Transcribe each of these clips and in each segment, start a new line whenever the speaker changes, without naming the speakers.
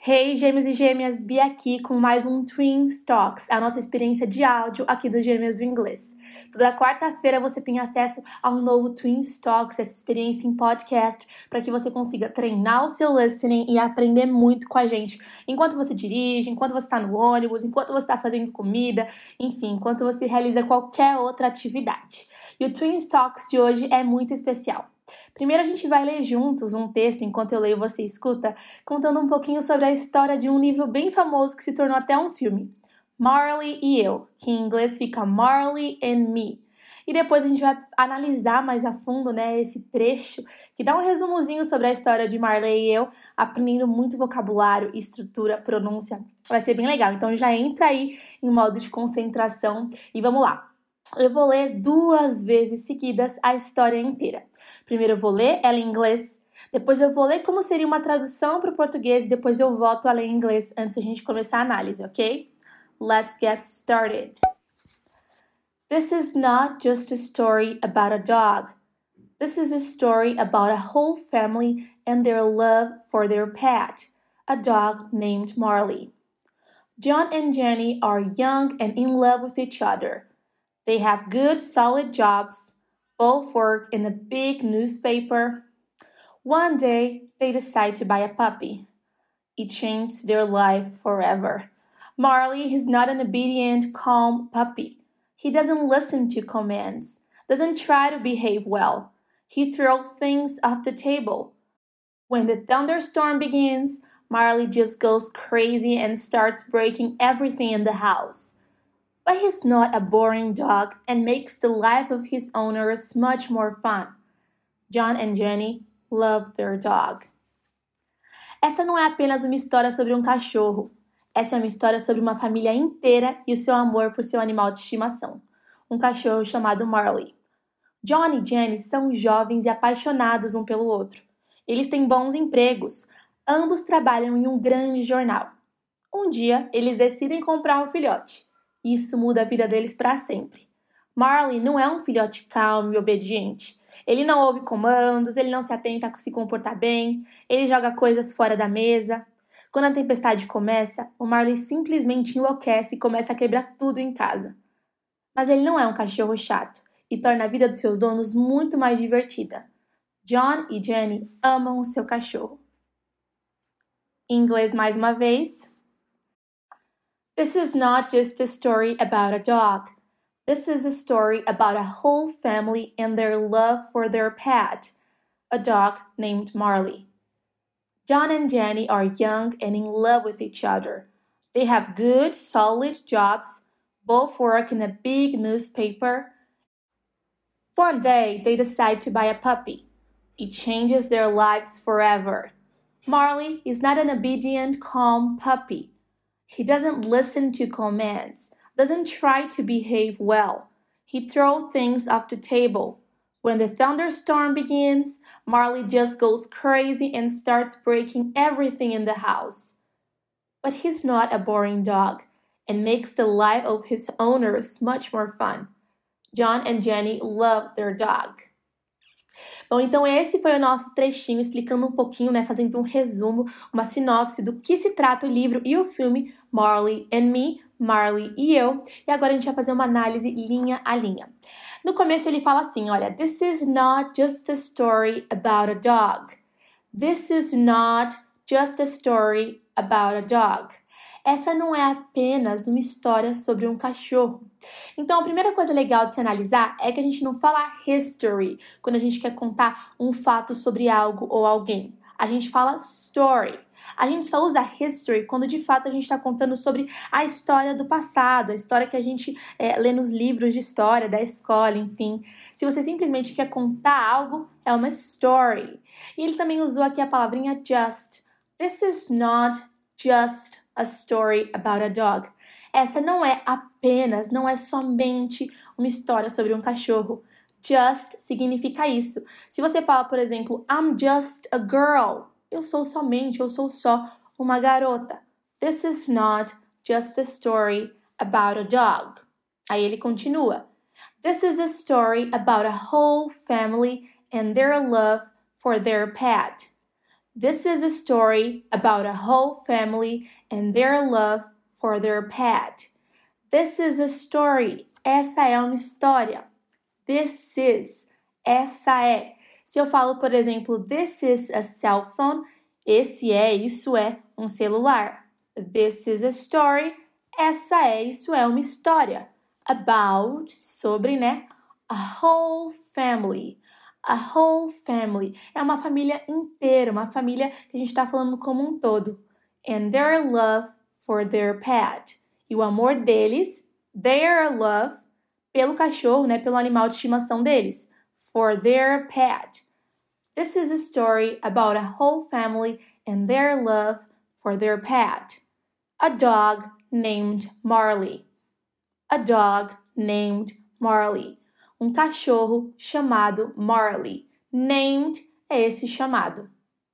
Hey, gêmeos e gêmeas, Bia aqui com mais um Twin Talks, a nossa experiência de áudio aqui dos Gêmeos do Inglês. Toda quarta-feira você tem acesso a um novo Twin Talks, essa experiência em podcast, para que você consiga treinar o seu listening e aprender muito com a gente, enquanto você dirige, enquanto você está no ônibus, enquanto você está fazendo comida, enfim, enquanto você realiza qualquer outra atividade. E o Twin Talks de hoje é muito especial. Primeiro a gente vai ler juntos um texto, enquanto eu leio você escuta, contando um pouquinho sobre a história de um livro bem famoso que se tornou até um filme, Marley e Eu, que em inglês fica Marley and Me. E depois a gente vai analisar mais a fundo, esse trecho, que dá um resumozinho sobre a história de Marley e Eu, aprendendo muito vocabulário, estrutura, pronúncia. Vai ser bem legal, então já entra aí em modo de concentração e vamos lá. Eu vou ler 2 vezes seguidas a história inteira. Primeiro eu vou ler ela em inglês, depois eu vou ler como seria uma tradução para o português e depois eu volto a ler em inglês antes da gente começar a análise, ok? Let's get started. This is not just a story about a dog. This is a story about a whole family and their love for their pet, a dog named Marley. John and Jenny are young and in love with each other. They have good, solid jobs. Both work in a big newspaper. One day, they decide to buy a puppy. It changed their life forever. Marley is not an obedient, calm puppy. He doesn't listen to commands, doesn't try to behave well. He throws things off the table. When the thunderstorm begins, Marley just goes crazy and starts breaking everything in the house. But he's not a boring dog and makes the life of his owners much more fun. John and Jenny love their dog. Essa não é apenas uma história sobre um cachorro. Essa é uma história sobre uma família inteira e o seu amor por seu animal de estimação, um cachorro chamado Marley. John e Jenny são jovens e apaixonados um pelo outro. Eles têm bons empregos. Ambos trabalham em um grande jornal. Um dia, eles decidem comprar um filhote. Isso muda a vida deles para sempre. Marley não é um filhote calmo e obediente. Ele não ouve comandos, ele não se atenta a se comportar bem, ele joga coisas fora da mesa. Quando a tempestade começa, o Marley simplesmente enlouquece e começa a quebrar tudo em casa. Mas ele não é um cachorro chato e torna a vida dos seus donos muito mais divertida. John e Jenny amam o seu cachorro. Em inglês mais uma vez. This is not just a story about a dog. This is a story about a whole family and their love for their pet, a dog named Marley. John and Jenny are young and in love with each other. They have good, solid jobs. Both work in a big newspaper. One day, they decide to buy a puppy. It changes their lives forever. Marley is not an obedient, calm puppy. He doesn't listen to commands, doesn't try to behave well. He throws things off the table. When the thunderstorm begins, Marley just goes crazy and starts breaking everything in the house. But he's not a boring dog and makes the life of his owners much more fun. John and Jenny love their dog. Bom, então esse foi o nosso trechinho explicando um pouquinho, fazendo um resumo, uma sinopse do que se trata o livro e o filme Marley and Me, Marley e Eu. E agora a gente vai fazer uma análise linha a linha. No começo ele fala assim, olha, This is not just a story about a dog. This is not just a story about a dog. Essa não é apenas uma história sobre um cachorro. Então, a primeira coisa legal de se analisar é que a gente não fala history quando a gente quer contar um fato sobre algo ou alguém. A gente fala story. A gente só usa history quando de fato a gente está contando sobre a história do passado, a história que a gente lê nos livros de história da escola, enfim. Se você simplesmente quer contar algo, é uma story. E ele também usou aqui a palavrinha just. This is not just a story about a dog. Essa não é apenas, não é somente uma história sobre um cachorro. Just significa isso. Se você fala, por exemplo, I'm just a girl. Eu sou só uma garota. This is not just a story about a dog. Aí ele continua. This is a story about a whole family and their love for their pet. This is a story about a whole family and their love for their pet. This is a story. Essa é uma história. This is. Essa é. Se eu falo, por exemplo, this is a cell phone, esse é, isso é um celular. This is a story. Essa é, isso é uma história. About, sobre, né? A whole family. A whole family. É uma família inteira, uma família que a gente está falando como um todo. And their love for their pet. E o amor deles, their love, pelo cachorro, né? Pelo animal de estimação deles. For their pet. This is a story about a whole family and their love for their pet. A dog named Marley. A dog named Marley. Um cachorro chamado Marley. Named é esse chamado.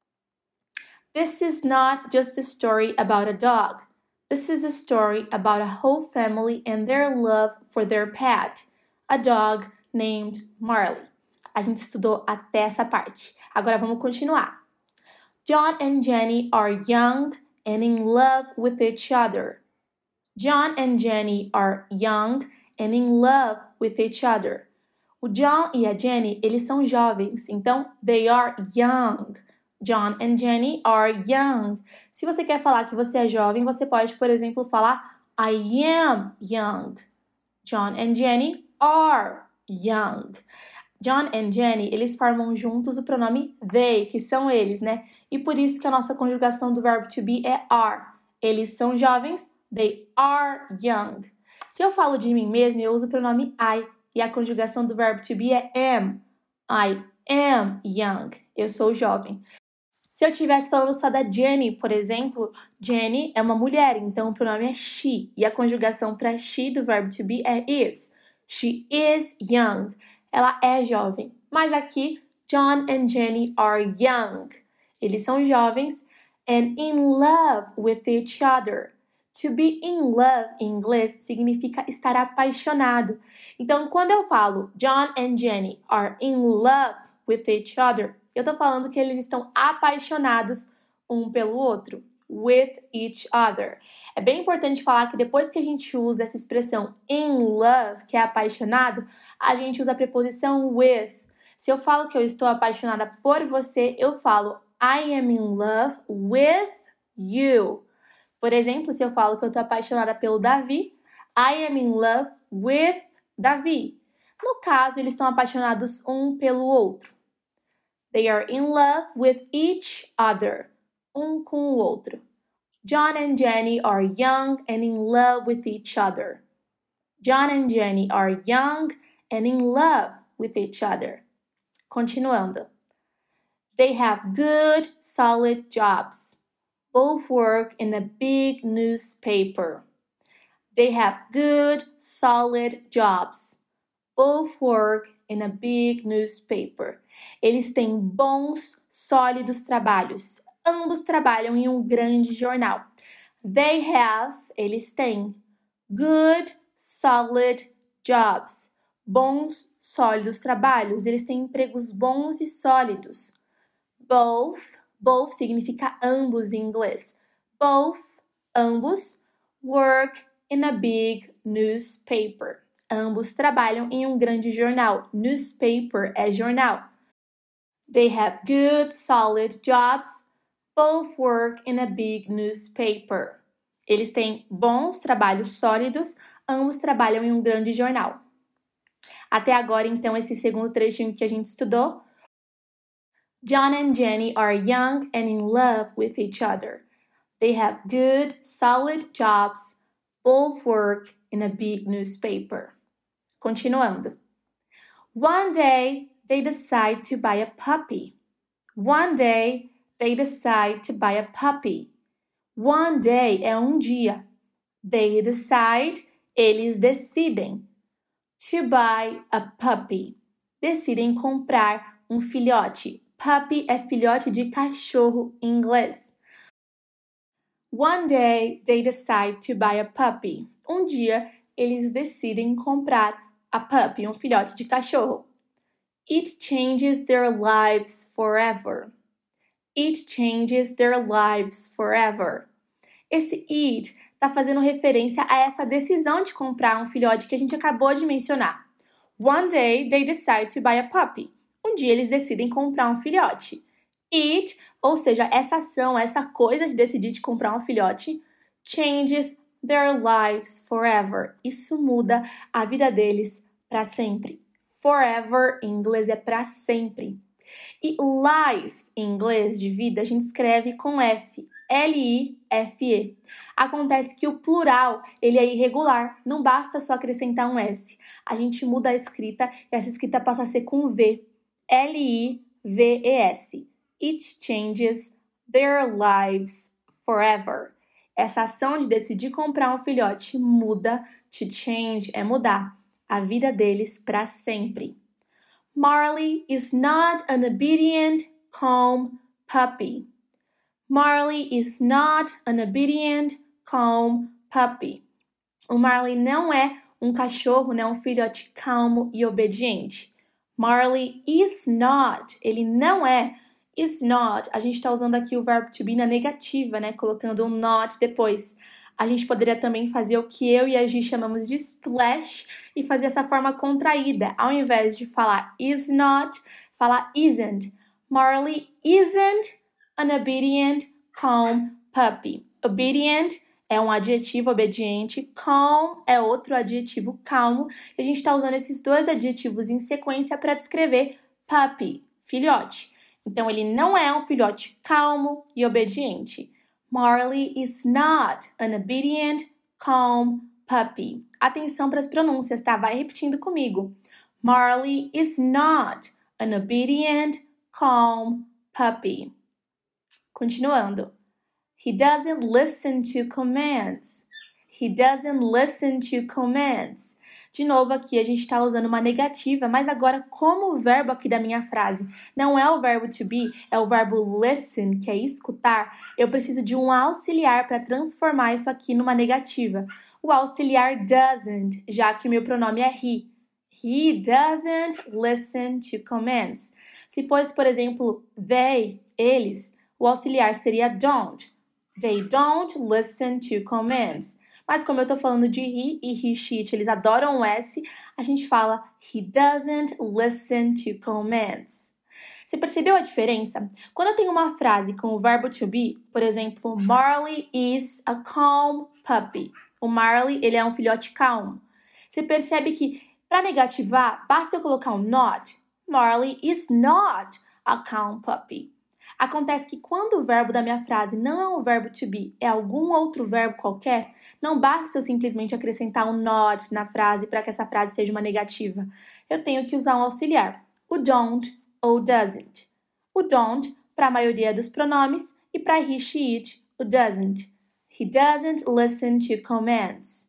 This is not just a story about a dog. This is a story about a whole family and their love for their pet. A dog named Marley. A gente estudou até essa parte. Agora vamos continuar. John and Jenny are young and in love with each other. John and Jenny are young and in love with each other. O John e a Jenny, eles são jovens, então they are young. John and Jenny are young. Se você quer falar que você é jovem, você pode, por exemplo, falar I am young. John and Jenny are young. John and Jenny, eles formam juntos o pronome they, que são eles, né? E por isso que a nossa conjugação do verbo to be é are. Eles são jovens, they are young. Se eu falo de mim mesmo, eu uso o pronome I. E a conjugação do verbo to be é am. I am young. Eu sou jovem. Se eu estivesse falando só da Jenny, por exemplo, Jenny é uma mulher, então o pronome é she. E a conjugação para she do verbo to be é is. She is young. Ela é jovem. Mas aqui, John and Jenny are young. Eles são jovens and in love with each other. To be in love, em inglês, significa estar apaixonado. Então, quando eu falo John and Jenny are in love with each other, eu tô falando que eles estão apaixonados um pelo outro. With each other. É bem importante falar que depois que a gente usa essa expressão in love, que é apaixonado, a gente usa a preposição with. Se eu falo que eu estou apaixonada por você, eu falo I am in love with you. Por exemplo, se eu falo que eu estou apaixonada pelo Davi, I am in love with Davi. No caso, eles são apaixonados um pelo outro. They are in love with each other. Um com o outro. John and Jenny are young and in love with each other. John and Jenny are young and in love with each other. Continuando. They have good, solid jobs. Both work in a big newspaper. They have good, solid jobs. Both work in a big newspaper. Eles têm bons, sólidos trabalhos. Ambos trabalham em um grande jornal. They have, eles têm, good, solid jobs. Bons, sólidos trabalhos. Eles têm empregos bons e sólidos. Both significa ambos em inglês. Both, ambos, work in a big newspaper. Ambos trabalham em um grande jornal. Newspaper é jornal. They have good, solid jobs. Both work in a big newspaper. Eles têm bons trabalhos sólidos. Ambos trabalham em um grande jornal. Até agora, então, esse segundo trechinho que a gente estudou. John and Jenny are young and in love with each other. They have good, solid jobs. Both work in a big newspaper. Continuando. One day, they decide to buy a puppy. One day, they decide to buy a puppy. One day é um dia. They decide, eles decidem. To buy a puppy. Decidem comprar um filhote. Puppy é filhote de cachorro em inglês. One day, they decide to buy a puppy. Um dia, eles decidem comprar a puppy, um filhote de cachorro. It changes their lives forever. It changes their lives forever. Esse it está fazendo referência a essa decisão de comprar um filhote que a gente acabou de mencionar. One day they decide to buy a puppy. Um dia eles decidem comprar um filhote. It, ou seja, essa ação, essa coisa de decidir de comprar um filhote, changes their lives forever. Isso muda a vida deles para sempre. Forever em inglês é para sempre. E life em inglês de vida a gente escreve com F. L-I-F-E. Acontece que o plural, ele é irregular, não basta só acrescentar um S. A gente muda a escrita e essa escrita passa a ser com V. L-I-V-E-S. It changes their lives forever. Essa ação de decidir comprar um filhote muda, to change é mudar, a vida deles para sempre. Marley is not an obedient, calm puppy. Marley is not an obedient, calm puppy. O Marley não é um cachorro, né? Um filhote calmo e obediente. Marley is not. Ele não é. Is not. A gente está usando aqui o verbo to be na negativa, né? Colocando um not depois. A gente poderia também fazer o que eu e a Gi chamamos de splash e fazer essa forma contraída. Ao invés de falar is not, falar isn't. Marley isn't an obedient, calm puppy. Obedient é um adjetivo obediente, calm é outro adjetivo calmo. E a gente está usando esses dois adjetivos em sequência para descrever puppy, filhote. Então, ele não é um filhote calmo e obediente. Marley is not an obedient, calm puppy. Atenção para as pronúncias, tá? Vai repetindo comigo. Marley is not an obedient, calm puppy. Continuando. He doesn't listen to commands. He doesn't listen to commands. De novo aqui a gente está usando uma negativa, mas agora como o verbo aqui da minha frase não é o verbo to be, é o verbo listen, que é escutar, eu preciso de um auxiliar para transformar isso aqui numa negativa. O auxiliar doesn't, já que o meu pronome é he. He doesn't listen to commands. Se fosse, por exemplo, they, eles, o auxiliar seria don't. They don't listen to commands. Mas como eu tô falando de he e he, she, eles adoram o S, a gente fala he doesn't listen to commands. Você percebeu a diferença? Quando eu tenho uma frase com o verbo to be, por exemplo, Marley is a calm puppy. O Marley, ele é um filhote calmo. Você percebe que, para negativar, basta eu colocar um not. Marley is not a calm puppy. Acontece que quando o verbo da minha frase não é um verbo to be, é algum outro verbo qualquer, não basta eu simplesmente acrescentar um not na frase para que essa frase seja uma negativa. Eu tenho que usar um auxiliar, o don't ou doesn't. O don't para a maioria dos pronomes e para he, she, it, o doesn't. He doesn't listen to commands.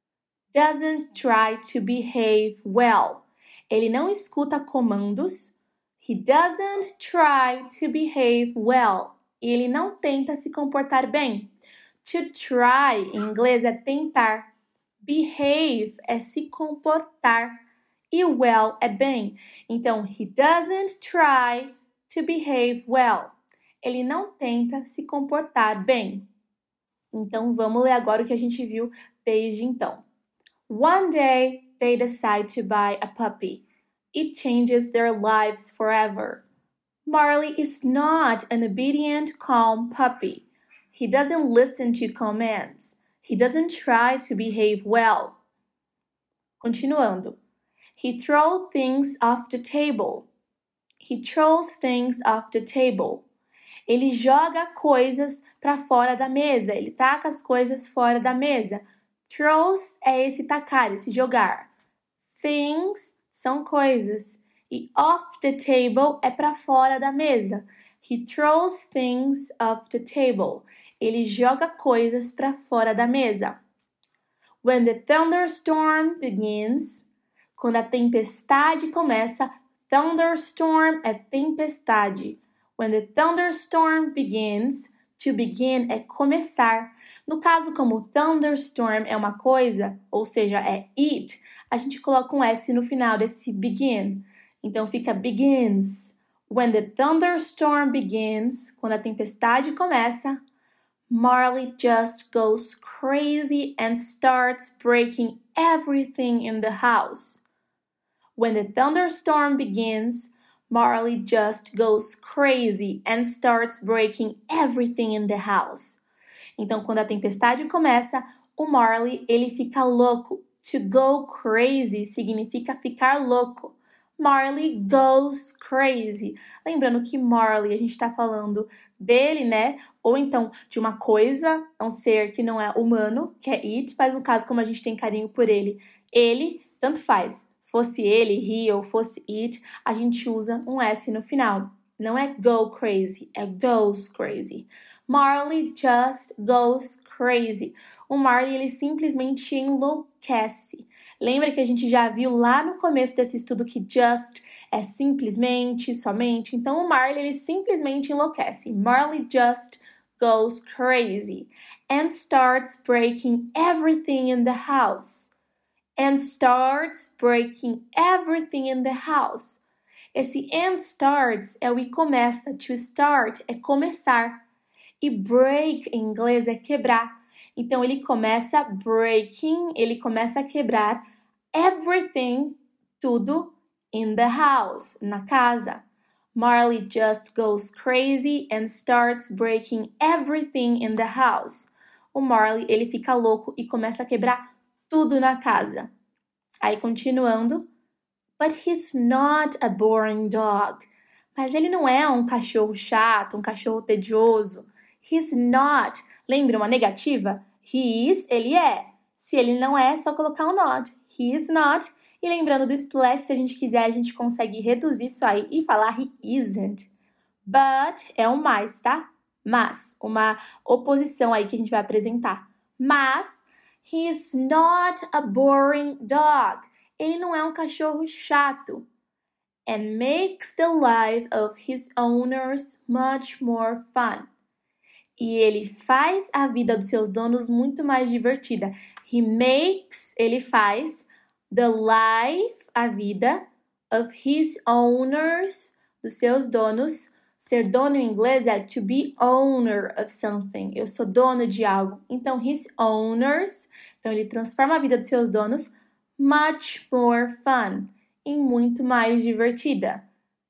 Doesn't try to behave well. Ele não escuta comandos. He doesn't try to behave well. Ele não tenta se comportar bem. To try, em inglês, é tentar. Behave é se comportar. E well é bem. Então, he doesn't try to behave well. Ele não tenta se comportar bem. Então, vamos ler agora o que a gente viu desde então. One day, they decide to buy a puppy. It changes their lives forever. Marley is not an obedient, calm puppy. He doesn't listen to commands. He doesn't try to behave well. Continuando. He throws things off the table. He throws things off the table. Ele joga coisas para fora da mesa. Ele taca as coisas fora da mesa. Throws é esse tacar, esse jogar. Things são coisas. E off the table é para fora da mesa. He throws things off the table. Ele joga coisas para fora da mesa. When the thunderstorm begins, quando a tempestade começa, thunderstorm é tempestade. When the thunderstorm begins, to begin é começar. No caso, como thunderstorm é uma coisa, ou seja, é it, a gente coloca um S no final desse begin. Então fica begins. When the thunderstorm begins, quando a tempestade começa, Marley just goes crazy and starts breaking everything in the house. When the thunderstorm begins, Marley just goes crazy and starts breaking everything in the house. Então, quando a tempestade começa, o Marley, ele fica louco. To go crazy significa ficar louco. Marley goes crazy. Lembrando que Marley, a gente está falando dele, né? Ou então de uma coisa, um ser que não é humano, que é it, mas no caso, como a gente tem carinho por ele, tanto faz. Fosse ele, he, ou fosse it, a gente usa um S no final. Não é go crazy, é goes crazy. Marley just goes crazy. O Marley, ele simplesmente enlouquece. Lembra que a gente já viu lá no começo desse estudo que just é simplesmente, somente? Então, o Marley, ele simplesmente enlouquece. Marley just goes crazy and starts breaking everything in the house. And starts breaking everything in the house. Esse and starts é o e começa. To start é começar. E break em inglês é quebrar. Então, ele começa breaking, ele começa a quebrar everything, tudo, in the house, na casa. Marley just goes crazy and starts breaking everything in the house. O Marley, ele fica louco e começa a quebrar tudo na casa. Aí, continuando. But he's not a boring dog. Mas ele não é um cachorro chato, um cachorro tedioso. He's not. Lembra uma negativa? He is, ele é. Se ele não é, é só colocar um not. He is not. E lembrando do splash, se a gente quiser, a gente consegue reduzir isso aí e falar he isn't. But é um mais, tá? Mas, uma oposição aí que a gente vai apresentar. Mas, he is not a boring dog. Ele não é um cachorro chato. And makes the life of his owners much more fun. E ele faz a vida dos seus donos muito mais divertida. He makes, ele faz, the life, a vida, of his owners, dos seus donos. Ser dono em inglês é to be owner of something. Eu sou dono de algo. Então, his owners, então ele transforma a vida dos seus donos much more fun, em muito mais divertida.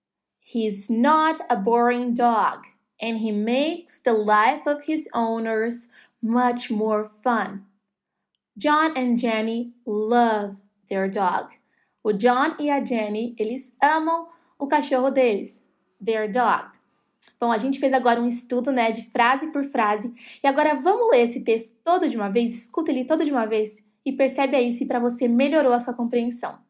He's not a boring dog, and he makes the life of his owners much more fun. John and Jenny love their dog. O John e a Jenny, eles amam o cachorro deles, their dog. Bom, a gente fez agora um estudo, né, de frase por frase, e agora vamos ler esse texto todo de uma vez, escuta ele todo de uma vez, e percebe aí se para você melhorou a sua compreensão.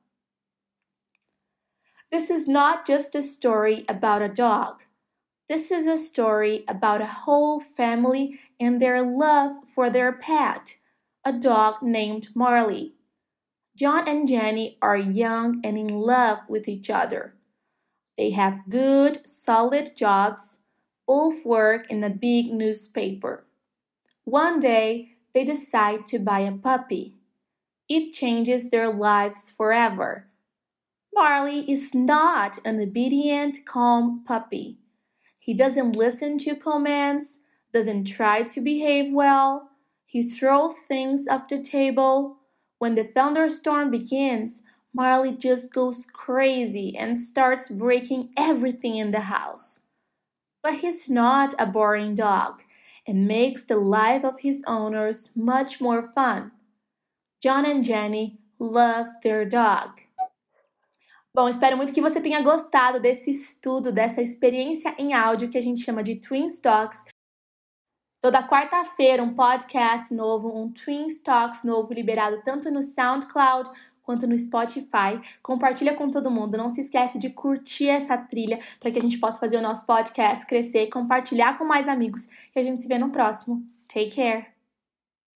This is not just a story about a dog. This is a story about a whole family and their love for their pet, a dog named Marley. John and Jenny are young and in love with each other. They have good, solid jobs, both work in a big newspaper. One day, they decide to buy a puppy. It changes their lives forever. Marley is not an obedient, calm puppy. He doesn't listen to commands, doesn't try to behave well. He throws things off the table. When the thunderstorm begins, Marley just goes crazy and starts breaking everything in the house. But he's not a boring dog and makes the life of his owners much more fun. John and Jenny love their dog. Bom, espero muito que você tenha gostado desse estudo, dessa experiência em áudio que a gente chama de Twins Talks. Toda quarta-feira, um podcast novo, um Twins Talks novo, liberado tanto no SoundCloud quanto no Spotify. Compartilha com todo mundo. Não se esquece de curtir essa trilha para que a gente possa fazer o nosso podcast crescer, compartilhar com mais amigos. E a gente se vê no próximo. Take care!